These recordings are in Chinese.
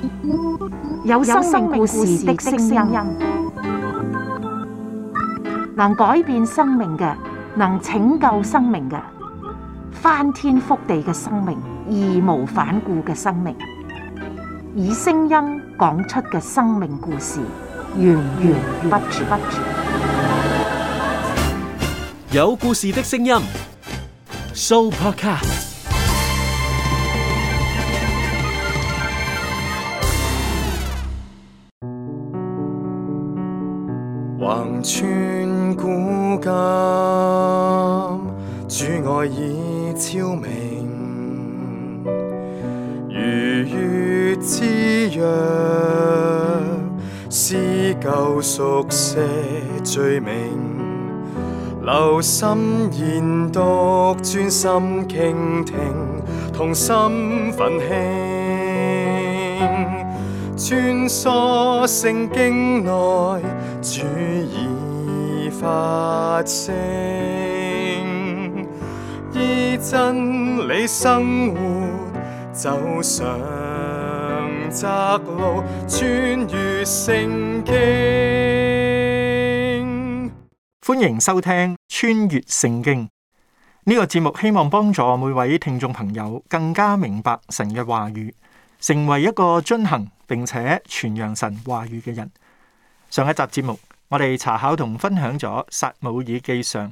有生命故事的聲音，能改變生命嘅，能拯救生命嘅，翻天覆地嘅生命，義無反顧嘅生命，以聲音講出嘅生命故事，源源不絕。 有故事的聲音 ，Sooopodcast。 橫穿古今，主愛已超明，如月之約，撕舊熟寫罪名，留心研讀，專心傾聽，同心奮興，穿梭聖經內，主已發聲，依真理生活，走上窄路，穿越聖經。 歡迎收聽穿越聖經呢個節目，希望幫助每位聽眾朋友更加明白神嘅話語，成為一個遵行並且傳揚神話語嘅人。上一集節目，我哋查考同分享咗撒母耳記上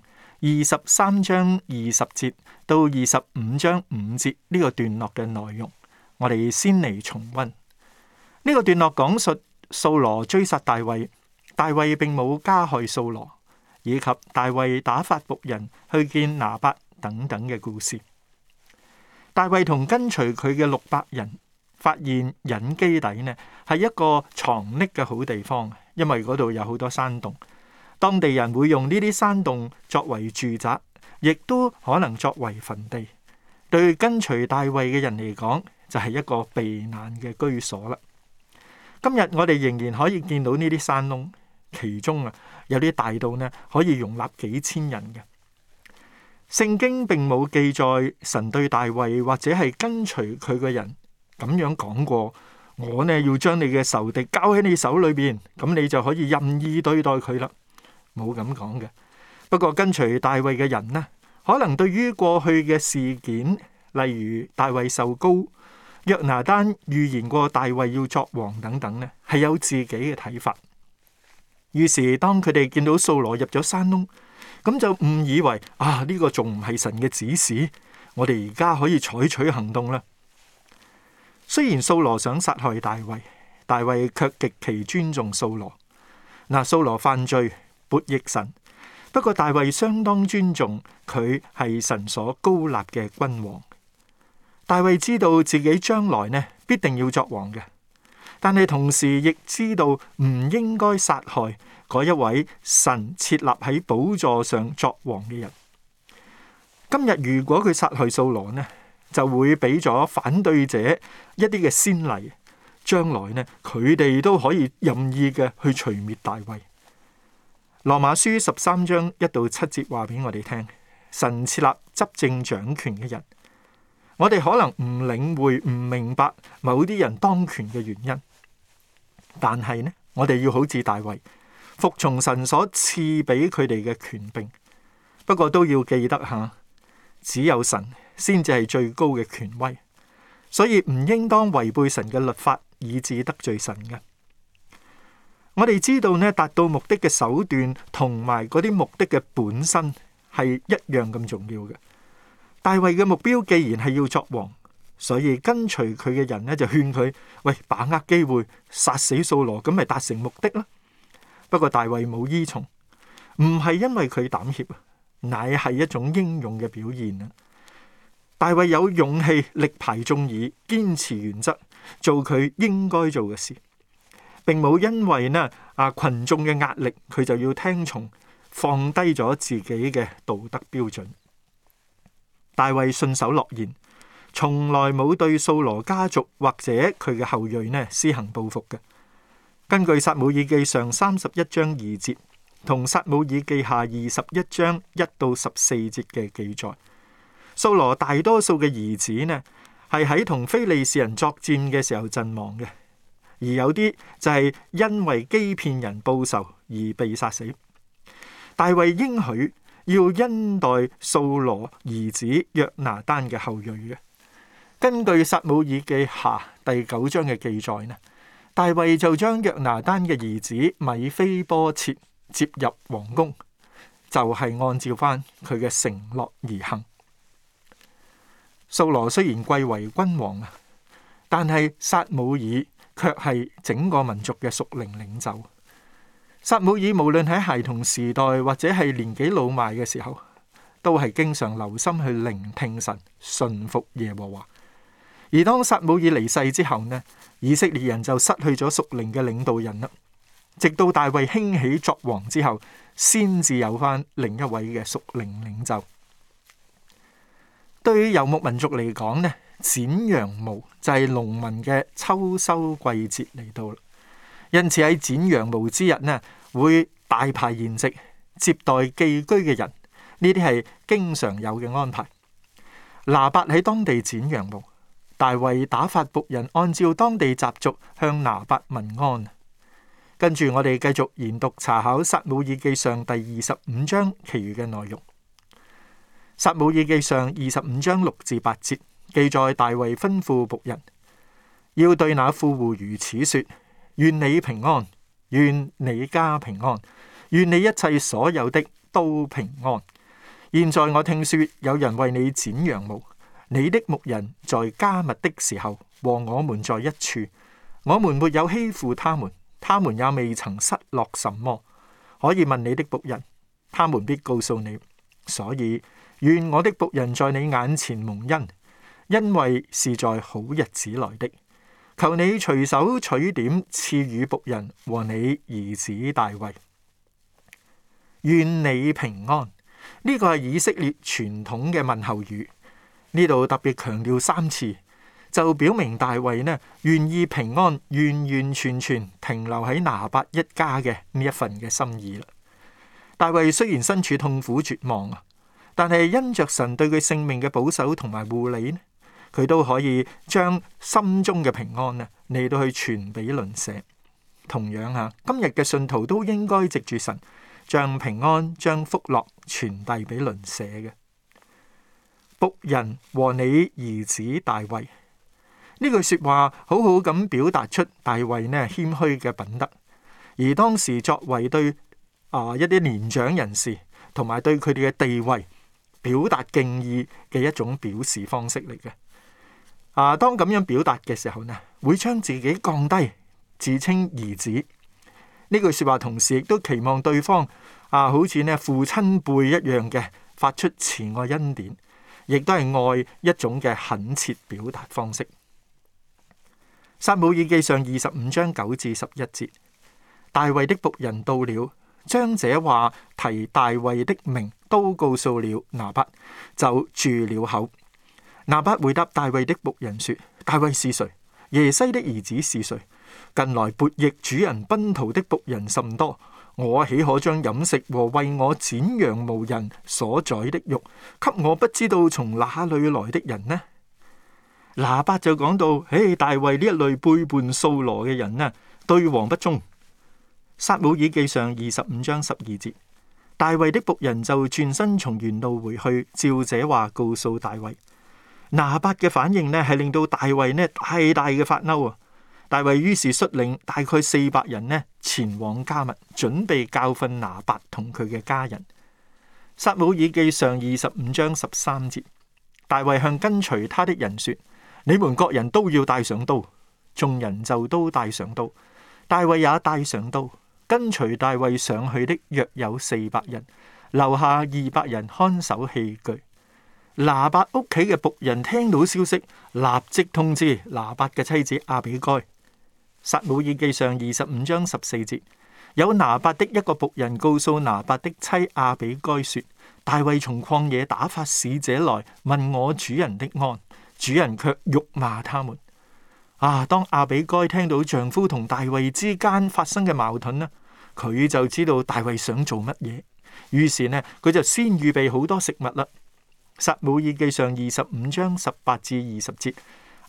23章20節到25章5節呢個段落嘅內容。我哋先嚟重溫呢個段落，講述掃羅追殺大衛，大衛並冇加害掃羅，以及大衛打發僕人去見拿八等等嘅故事。大衛同跟隨佢嘅600人發現隱基底呢係一個藏匿嘅好地方，因為嗰度有好多山洞，當地人會用呢啲山洞作為住宅，亦都可能作為墳地。對跟隨大衛嘅人嚟講，就係一個避難嘅居所啦。今日我哋仍然可以見到呢啲山窿，其中有啲大到呢可以容納幾千人嘅。聖經並冇記載神對大衛或者係跟隨佢嘅人咁樣講過，我呢要將你嘅仇敵交喺你手裏邊，咁你就可以任意對待佢啦。冇咁講嘅。不過跟隨大衛嘅人呢，可能對於過去嘅事件，例如大衛受膏、約拿單預言過大衛要作王等等呢，係有自己嘅睇法。於是當佢哋見到掃羅入咗山窿，咁就誤以為呢個仲唔係神嘅指示，我哋而家可以採取行動啦。雖然掃羅想殺害大衛，大衛卻極其尊重掃羅。掃羅犯罪悖逆神，不過大衛相當尊重佢係神所膏立嘅君王。大衛知道自己將來呢必定要作王嘅，但係同時亦知道唔應該殺害嗰一位神設立喺寶座上作王嘅人。今日如果佢殺害掃羅呢，就會俾咗反對者一啲嘅先例，將來呢佢哋都可以任意嘅去除滅大衛。羅馬書13章1到7節話俾我哋聽，神設立執政掌權嘅人。我哋可能唔領會、唔明白某啲人當權嘅原因，但係呢，我哋要好似大衛，服從神所賜俾佢哋嘅權柄。不過都要記得下，只有神先至係最高嘅權威，所以唔應當違背神嘅律法，以致得罪神嘅。我哋知道呢，達到目的嘅手段同埋嗰啲目的嘅本身係一樣咁重要嘅。大衛嘅目標既然係要作王，所以跟隨佢嘅人呢就勸佢，喂，把握機會殺死掃羅，咁咪達成目的啦。不過大衛冇依從，唔係因為佢膽怯，乃係一種英勇嘅表現啊！大衛有勇氣力排眾議，堅持原則，做佢應該做嘅事，並冇因為群眾嘅壓力，佢就要聽從，放低咗自己嘅道德標準。大衛信守諾言，從來冇對掃羅家族或者佢嘅後裔施行報復嘅。根據撒母耳記上31章2節同撒母耳記下21章1到14節嘅記載，掃羅大多數嘅兒子係喺同非利士人作戰嘅時候陣亡嘅， 而有啲就係因為欺騙人報仇而被殺死。大衛應許要恩待掃羅兒子約拿單嘅後裔嘅。根據撒母耳記下第9章嘅記載呢，大衛就將約拿單嘅兒子米非波設接入皇宮，就係按照翻佢嘅承諾而行。掃羅雖然貴為君王啊，但係撒母耳卻係整個民族嘅屬靈領袖。撒母耳無論喺孩童時代或者係年紀老邁嘅時候，都係經常留心去聆聽神，順服耶和華。而當撒母耳離世之後呢，以色列人就失去咗屬靈嘅領導人啦。直到大衛興起作王之後，先至有翻另一位嘅屬靈領袖。對於游牧民族嚟講呢，剪羊毛就係農民嘅秋收季節嚟到啦。因此喺剪羊毛之日呢，會大排筵席接待寄居嘅人，呢啲係經常有嘅安排。拿八喺當地剪羊毛，大衛打發僕人按照當地習俗向拿八問安。跟住我哋繼續研讀查考撒母耳記上第25章其餘嘅內容。撒母耳記上25章6至8節記載，大衛吩咐僕人要對那富戶如此說：願你平安，願你家平安，願你一切所有的都平安。現在我聽說有人為你剪羊毛，你的牧人在加密的時候和我們在一處，我們沒有欺負他們，他們也未曾失落什麼。可以問你的僕人，他們必告訴你。所以願我的僕人在你眼前蒙恩，因為是在好日子來的。求你隨手取點賜予僕人和你兒子大衛。願你平安，呢個係以色列傳統嘅問候語，呢度特別強調3次，就表明大衛呢願意平安，完完全全停留喺拿八一家嘅呢一份嘅心意啦。大衛雖然身處痛苦絕望啊，但係因着神對佢性命嘅保守同埋護理呢，佢都可以將心中嘅平安嚟到去傳俾鄰舍。同樣啊，今日嘅信徒都應該藉住神將平安、將福樂傳遞俾鄰舍嘅。僕人和你兒子大衛，呢句說話好好咁表達出大衛呢謙虛嘅品德，而當時作為對一啲年長人士同埋對佢哋嘅地位表達敬意嘅一種表示方式嚟嘅。當咁樣表達嘅時候呢，會將自己降低，自稱兒子。呢句說話同時亦都期望對方好似呢父親輩一樣嘅發出慈愛恩典，亦都係愛一種嘅懇切表達方式。撒母耳記上25章9至11節，大衛的僕人到了，將這話提大衛的名都告訴了拿八，就住了口。拿八回答大衛的僕人說：大衛是誰？耶西的兒子是誰？近來悖逆主人奔逃的僕人甚多，我豈可將飲食和為我剪羊毛人所宰的肉給我不知道從哪裏來的人呢？拿八就講到：大衛呢一類背叛掃羅嘅人呢，對王不忠。撒母耳記上25章12節，大衛的僕人就轉身從原路回去，照這話告訴大衛。拿八嘅反應呢，係令到大衛呢大大嘅發嬲啊！大衛於是率領大概400人呢前往迦密，準備教訓拿八同佢嘅家人。撒母耳記上25章13節，大衛向跟隨他的人說：你們各人都要帶上刀。眾人就都帶上刀，大衛也帶上刀。跟隨大衛上去的約有400人，留下200人看守器具。拿八屋企嘅僕人聽到消息，立即通知拿八嘅妻子亞比該。撒母耳記上25章14節，有拿八的一個僕人告訴拿八的妻亞比該說：大衛從曠野打發使者來問我主人的安，主人卻辱罵他們。當亞比該聽到丈夫同大衛之間發生嘅矛盾呢，佢就知道大衛想做乜嘢，於是呢，佢就先預備好多食物啦。撒母耳記上25章18至20節，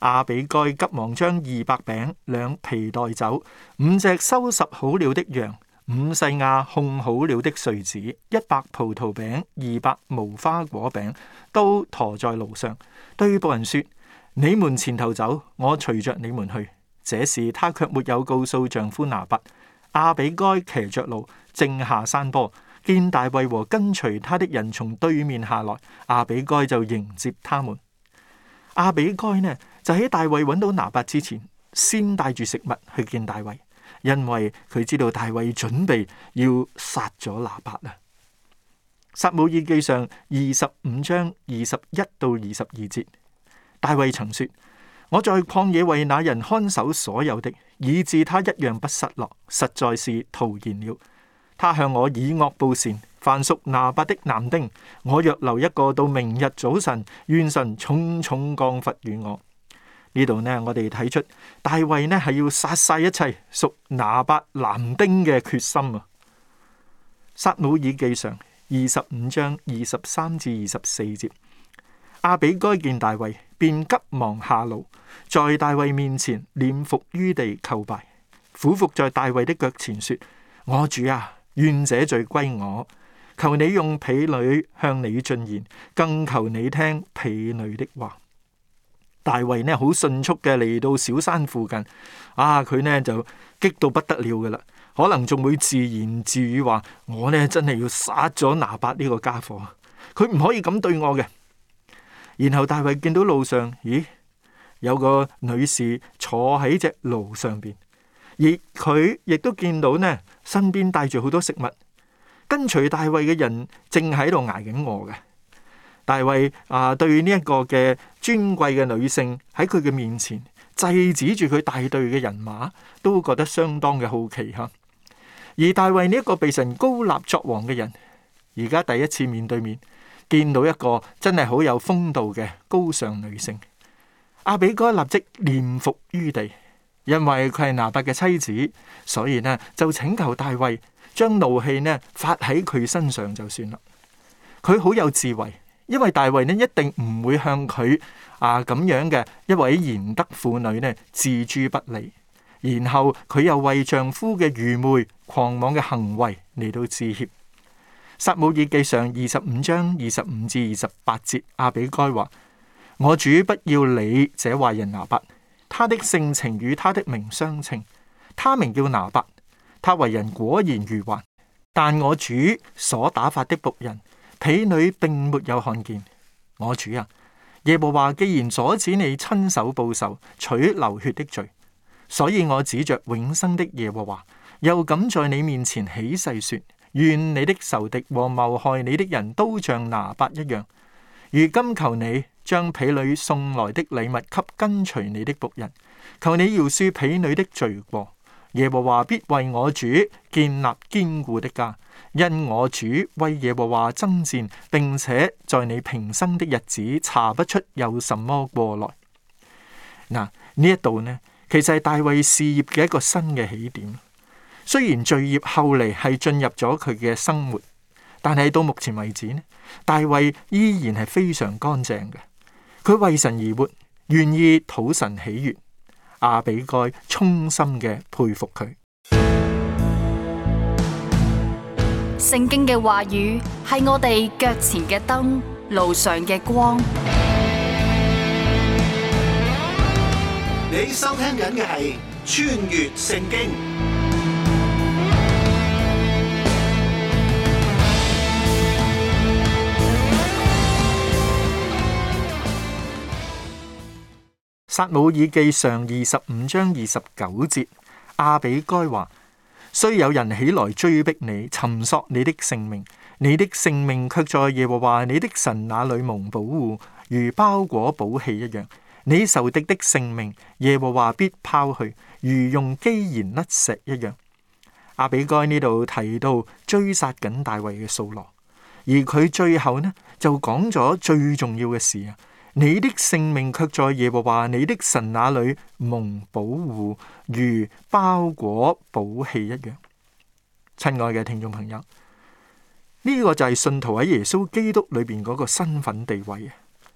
亞比該急忙將200餅、2皮袋酒、5隻收拾好了的羊、5細亞烘好了的穗子、100葡萄餅、200無花果餅，都馱在路上，對僕人說：你們前頭走，我隨着你們去。這事他卻沒有告訴丈夫拿八。亞比該騎着驢，正下山坡，見大衛和跟隨他的人從對面下來，亞比該就迎接他們。亞比該呢，就喺大衛揾到拿八之前，先帶住食物去見大衛，因為佢知道大衛準備要殺咗拿八啊。撒母耳記上25章21到22節，大衛曾說：我在曠野為那人看守所有的，以致他一樣不失落，實在是徒然了。他向我以惡報善，凡屬拿八的男丁，我若留一個到明日早晨，願神重重降罰與我。呢度呢，我哋睇出大衛呢係要殺晒一切屬拿八男丁嘅決心啊。撒母耳記上25章23至24節，亞比該見大衛，便急忙下驢，在大衛面前臉伏於地叩拜，俯伏在大衛的腳前說：我主啊，願這罪歸我，求你用婢女向你進言，更求你聽婢女的話。大衛呢好迅速嘅嚟到小山附近，佢呢就激到不得了噶啦，可能仲會自言自語話：我呢真係要殺咗拿八呢個家伙，佢唔可以咁對我嘅。然後大衛見到路上，有個女士坐喺隻驢上邊，而佢亦都見到呢身邊帶住好多食物，跟隨大衛嘅人正喺度捱緊餓嘅。大衛對呢一個嘅尊貴嘅女性喺佢嘅面前制止住佢大隊嘅人馬，都覺得相當嘅好奇吓。而大衛呢一個被神高立作王嘅人，而家第一次面對面見到一個真係好有風度嘅高尚女性。亞比該立即臉伏於地，因為佢係拿八嘅妻子，所以呢就請求大衛將怒氣呢發喺佢身上就算啦。佢好有智慧，因為大衛呢一定唔會向佢咁樣嘅一位賢德婦女呢置諸不理，然後佢又為丈夫嘅愚昧狂妄嘅行為嚟到致歉。撒母耳記上25章25至28節，亞比該話：我主不要理這壞人拿八，他的性情與他的名相稱，他名叫拿八，他為人果然愚頑，但我主所打發的僕人婢女並沒有看見。我主啊，耶和華既然阻止你親手報仇，取流血的罪，所以我指着永生的耶和華，又敢在你面前起誓說：願你的仇敵和謀害你的人都像拿八一樣。如今求你將婢女送來的禮物給跟隨你的僕人，求你饒恕婢女的罪過。耶和華必為我主建立堅固的家，因我主為耶和華爭戰，並且在你平生的日子查不出有什麼過來。嗱，呢一度呢，其實係大衛事業嘅一個新嘅起點。雖然罪孽後嚟係進入咗佢嘅生活，但係到目前為止呢，大衛依然係非常乾淨嘅。佢為神而活，願意討神喜悅。亞比該衷心嘅佩服佢。 聖經嘅話語係我哋腳前嘅燈，路上嘅光。 你收聽緊嘅係穿越聖經。 撒母耳記上25章29節，亞比該話：雖有人起來追逼你，尋索你的性命，你的性命卻在耶和華你的神那裏蒙保護，如包裹寶器一樣。你仇敵的性命，耶和華必拋去，如用機弦甩石一樣。亞比該呢度提到追殺緊大衛嘅掃羅，而佢最後呢就講咗最重要嘅事啊！你的性命卻在耶和華你的神那裏蒙保護，如包裹寶器一樣。親愛嘅聽眾朋友，呢個就係信徒喺耶穌基督裏邊嗰個身份地位啊！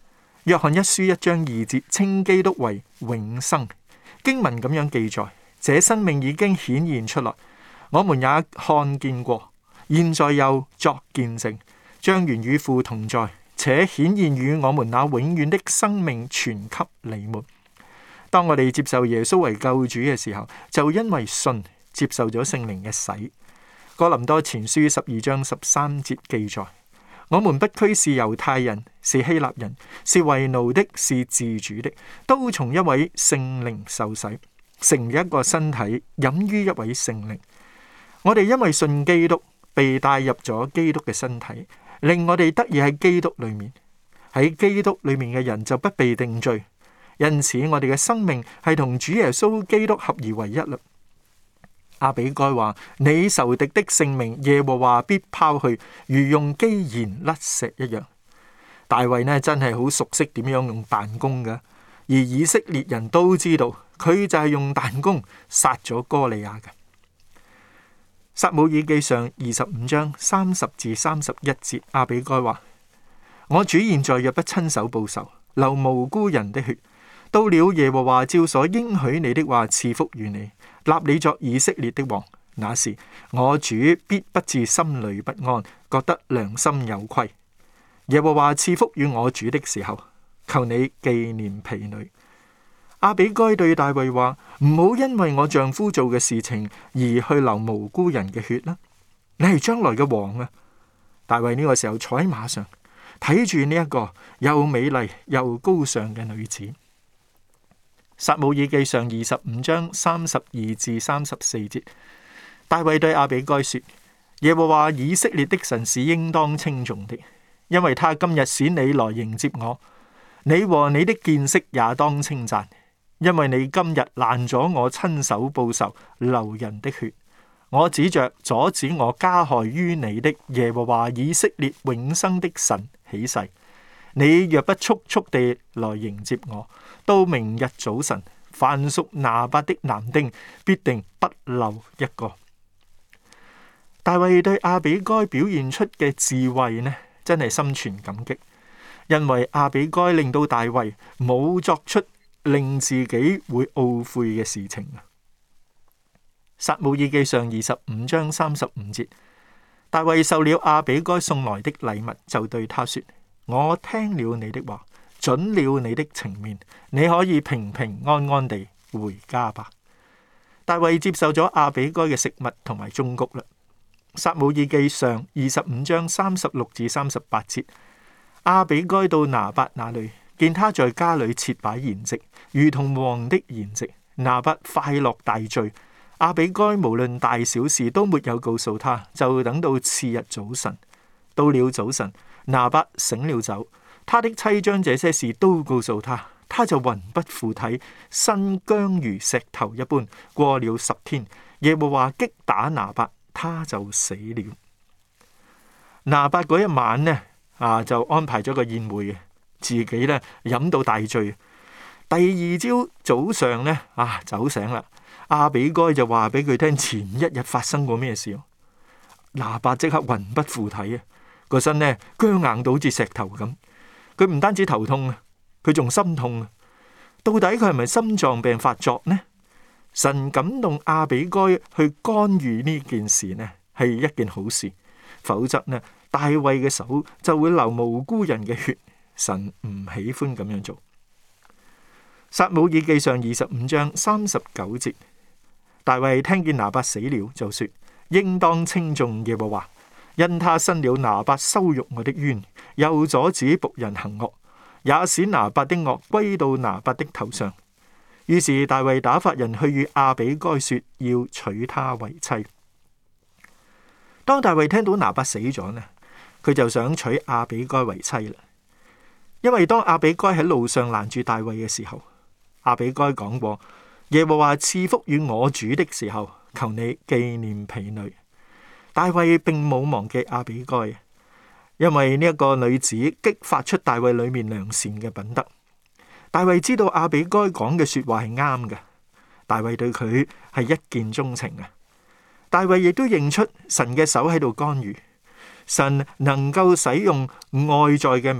約翰一書1章2節稱基督為永生。經文咁樣記載，這生命已經顯現出來，我們也看見過，現在又作見證，將原與父同在，且顯現與我們那永遠的生命傳給你們。當我哋接受耶穌為救主嘅時候，就因為信接受咗聖靈嘅洗。哥林多前書12章13節記載，我們不拘是猶太人，是希臘人，是為奴的，是自主的，都從一位聖靈受洗，成一個身體，飲於一位聖靈。我哋因為信基督，被帶入咗基督嘅身體，令我哋得以喺基督裏面。喺基督裏面嘅人就不被定罪，因此我哋嘅生命係同主耶穌基督合而為一啦。亞比該話：你仇敵的性命，耶和華必拋去，如用機弦甩石一樣。大衛呢真係好熟悉點樣用彈弓嘅，而以色列人都知道佢就係用彈弓殺咗歌利亞嘅。撒母耳記上25章30至31節，亞比該話：我主現在若不親手報仇，流無辜人的血，到了耶和華照所應許你的話賜福與你，立你作以色列的王，那時我主必不至心裏不安，覺得良心有虧。耶和華賜福與我主的時候，求你紀念婢女。亞比該對大衛話：唔好因為我丈夫做嘅事情而去流無辜人嘅血啦，你係將來嘅王啊！大衛呢個時候坐喺馬上，睇住呢一個又美麗又高尚嘅女子。撒母耳記上25章32至34節，大衛對亞比該說：耶和華以色列的神是應當稱頌的，因為他今日使你來迎接我，你和你的見識也當稱讚，因為你今日攔咗我親手報仇流人的血。我指着阻止我加害於你的耶和華以色列永生的神起誓，你若不速速地來迎接我，到明日早晨，凡屬拿八的男丁必定不漏一個。大衛對亞比該表現出嘅智慧呢，真係心存感激，因為亞比該令到大衛冇作出令自己會懊悔嘅事情啊。撒母耳記上25章35節，大衛受了亞比該送來的禮物，就對他說：我聽了你的話，准了你的情面，你可以平平安安地回家吧。大衛接受咗亞比該嘅食物同埋忠告啦。撒母耳記上25章36至38節，亞比該到拿八那裏，見他在家裏設擺筵席，如同王的筵席。拿八快樂大醉，亞比該無論大小事都沒有告訴他，就等到次日早晨。到了早晨，拿八醒了酒，他的妻將這些事都告訴他，他就魂不附體，身僵如石頭一般。過了10天，耶和華擊打拿八，他就死了。拿八嗰一晚呢，就安排咗個宴會嘅，自己呢飲到大醉。第二朝早上呢，酒醒啦，亞比該就話俾佢聽前一日發生過咩事。拿八即刻魂不附體啊，個身呢僵硬到好似石頭咁。佢唔單止頭痛啊，佢仲心痛啊。到底佢係咪心臟病發作呢？神感動亞比該去干預呢件事呢，係一件好事。否則呢，大衛嘅手就會流無辜人嘅血。神唔喜歡咁樣做。撒母耳記上25章39節，大衛聽見拿八死了，就說：應當稱頌耶和華，因他伸了拿八羞辱我的冤，又阻止僕人行惡，也使拿八的惡歸到拿八的頭上。於是大衛打發人去與亞比該說，要娶她為妻。當大衛聽到拿八死咗呢，佢就想娶亞比該為妻啦。因為當亞比該喺路上攔住大衛嘅時候，亞比該講過：耶和華賜福與我主的時候，求你紀念婢女。大衛並冇忘記亞比該，因為呢一個女子激發出大衛裏面良善嘅品德。大衛知道亞比該講嘅說話係啱嘅，大衛對佢係一見鍾情嘅。大衛亦都認出神嘅手喺度干預，神能夠使用外在嘅美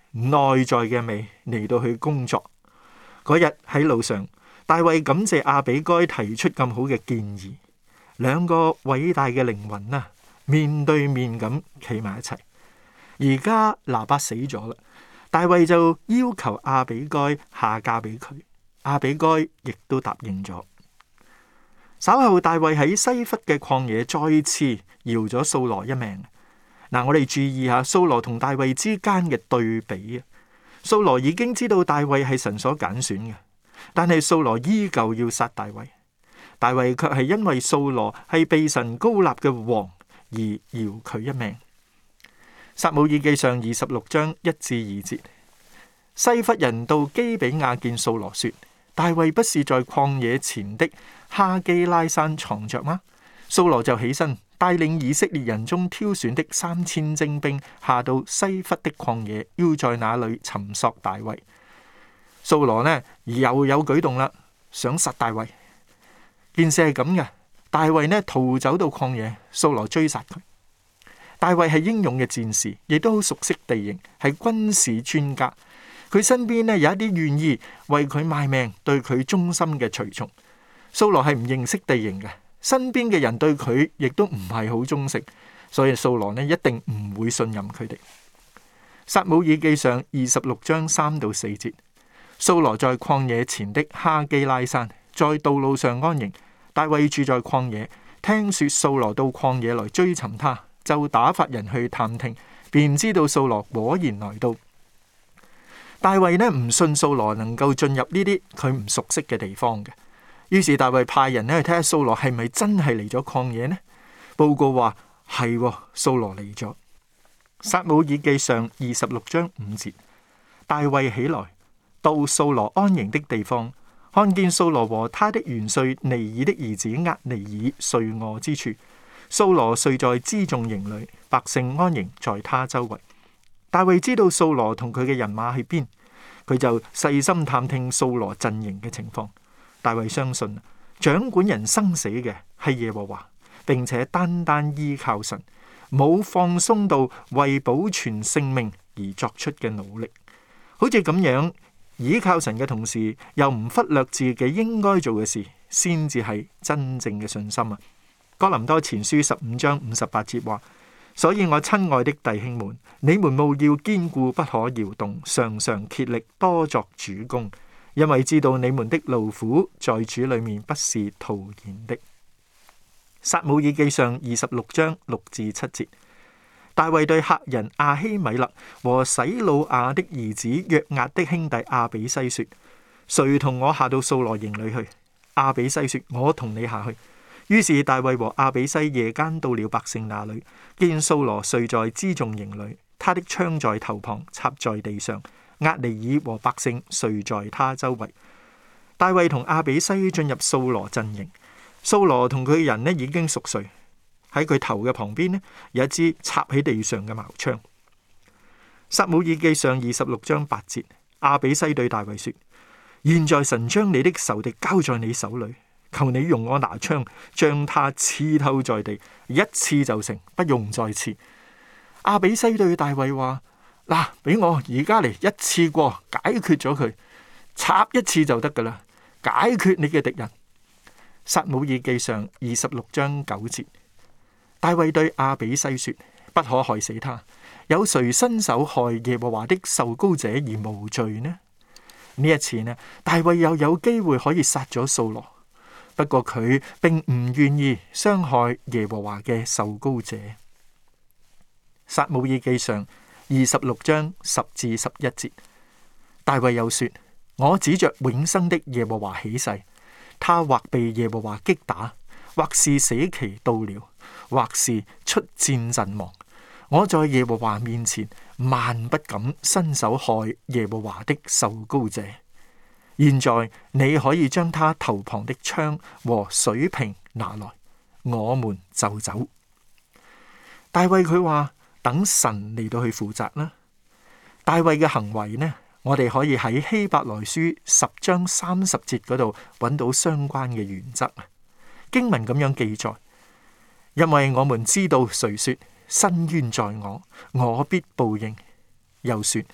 內在嘅美嚟到去工作。嗰日喺路上，大衛感謝亞比該提出咁好嘅建議，兩個偉大嘅靈魂啊，面對面咁企埋一齊。而家拿八死咗啦，大衛就要求亞比該下嫁俾佢，亞比該亦都答應咗。稍後大衛喺西弗嘅曠野再次饒咗掃羅一命。嗱，我哋注意下掃羅同大衛之間嘅對比啊。掃羅已經知道大衛係神所揀選嘅，但係掃羅依舊要殺大衛。大衛卻係因為掃羅係被神膏立嘅王而饒佢一命。撒母耳記上26章1至2節，西弗人到基比亞見掃羅說：大衛不是在曠野前的哈基拉山藏着嗎？掃羅就起身，帶領以色列人中挑選的3000精兵，下到西弗的曠野，要在那裏尋索大衛。掃羅呢又有舉動啦，想殺大衛。件事係咁嘅，大衛呢逃走到曠野，掃羅追殺佢。大衛係英勇嘅戰士，亦都好熟悉地形，係軍事專家。佢身邊呢有一啲願意為佢賣命、對佢忠心嘅隨從。掃羅係唔認識地形嘅，身邊嘅人對佢亦都唔係好忠誠，所以掃羅呢一定唔會信任佢哋。撒母耳記上26章3到4節，掃羅在曠野前的哈基拉山，在道路上安營。大衛住在曠野，聽說掃羅到曠野來追尋他，就打發人去探聽，便知道掃羅果然來到。大衛呢唔信掃羅能夠進入呢啲佢唔熟悉嘅地方嘅，於是大衛派人呢去睇下掃羅係咪真係嚟咗曠野呢？報告話係，掃羅嚟咗。撒母耳記上26章5節，大衛起來到掃羅安營的地方，看見掃羅和他的元帥尼爾的兒子厄尼爾睡臥之處。掃羅睡在輜重營裏，百姓安營在他周圍。大衛知道掃羅同佢嘅人馬喺邊，佢就細心探聽掃羅陣營嘅情況。大衛相信掌管人生死嘅係耶和華，並且單單依靠神，冇放鬆到為保存性命而作出嘅努力。好似咁樣依靠神嘅同時，又唔忽略自己應該做嘅事，先至係真正嘅信心啊！哥林多前書15章58節話：所以我親愛的弟兄們，你們務要堅固，不可搖動，常常竭力，多作主工，因為知道你們的勞苦在主裏面不是徒然的。撒母耳記上26章6至7節，大衛對客人亞希米勒和洗魯亞的兒子約押的兄弟亞比篩說：誰同我下到掃羅營裏去？亞比篩說：我同你下去。於是大衛和亞比篩夜間到了百姓那裏，見掃羅睡在輜重營裏，他的槍在頭旁，插在地上。押尼珥和百姓睡在他周圍。大衛同亞比篩進入掃羅陣營，掃羅同佢嘅人呢已經熟睡。喺佢頭嘅旁邊呢有一支插喺地上嘅矛槍。撒母耳記上26章8節，亞比篩對大衛說：現在神將你的仇敵交在你手裏，求你用我拿槍將他刺透在地，一刺就成，不用再刺。亞比篩對大衛話：嗱，俾我而家嚟一次過解決咗佢，插一次就得噶啦，解決你嘅敵人。撒母耳記上26章9節，大衛對亞比篩說：不可害死他，有誰伸手害耶和華的受膏者而無罪呢？呢一次呢，大衛又有機會可以殺咗掃羅。不過佢並唔願意傷害耶和華嘅受膏者。撒母耳記上26章10至11節，大衛又說：我指着永生的耶和華起誓，他或被耶和華擊打，或是死期到了，或是出戰陣亡，我在耶和華面前萬不敢伸手害耶和華的受膏者。現在你可以將他頭旁的槍和水瓶拿來，我們就走。大衛佢話：等神嚟到去負責啦。大衛嘅行為呢，我哋可以喺希伯來書10章30節嗰度揾到相關嘅原則。經文咁樣記載：因為我們知道誰說伸冤在我，我必報應。又說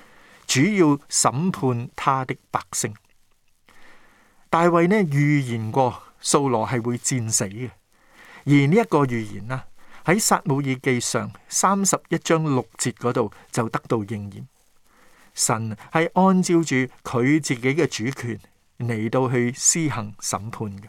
主要審判他的百姓。大衛呢預言過掃羅係會戰死嘅，而呢一個預言啦，喺撒母耳記上31章6節嗰度就得到應驗。神係按照住佢自己嘅主權嚟到去施行審判嘅。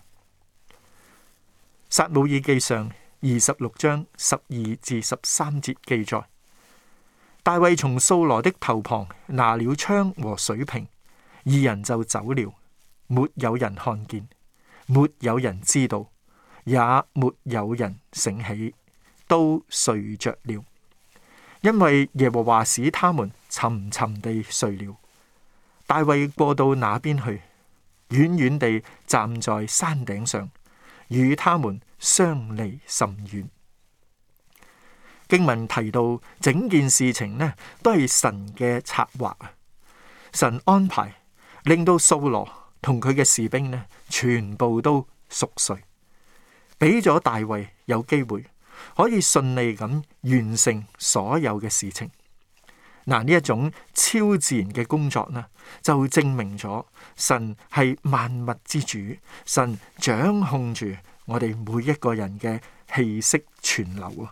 撒母耳記上26章12至13節記載，大衛從掃羅的頭旁拿了槍和水瓶，二人就走了，沒有人看見，沒有人知道，也沒有人醒起，都睡着了，因為耶和華使他們沉沉地睡了。大衛過到那邊去，遠遠地站在山頂上，與他們相離甚遠。經文提到整件事情呢，都係神嘅策劃啊！神安排令到掃羅同佢嘅士兵呢，全部都熟睡，俾咗大衛有機會可以順利咁完成所有嘅事情。嗱，呢一種超自然嘅工作呢，就證明咗神係萬物之主，神掌控住我哋每一個人嘅氣息存留啊！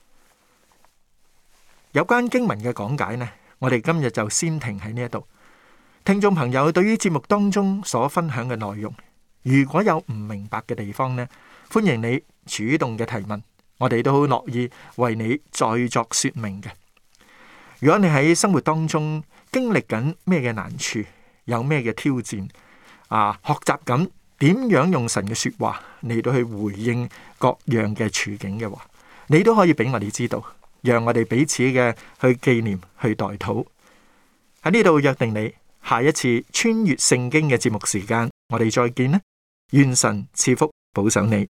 有關經文嘅講解呢，我哋今日就先停喺呢一度。聽眾朋友對於節目當中所分享嘅內容，如果有唔明白嘅地方呢，歡迎你主動嘅提問，我哋都好樂意為你再作說明嘅。如果你喺生活當中經歷緊咩嘅難處，有咩嘅挑戰學習緊點樣用神嘅說話嚟到去回應各樣嘅處境嘅話，你都可以俾我哋知道，讓我哋彼此嘅去紀念、去代禱。喺呢度約定你下一次穿越聖經嘅節目時間，我哋再見啦！願神賜福保守你。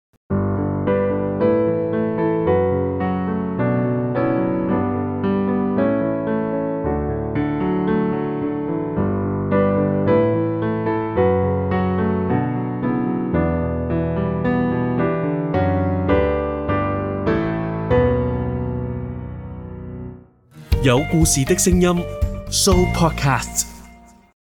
有故事的聲音 Show Podcast。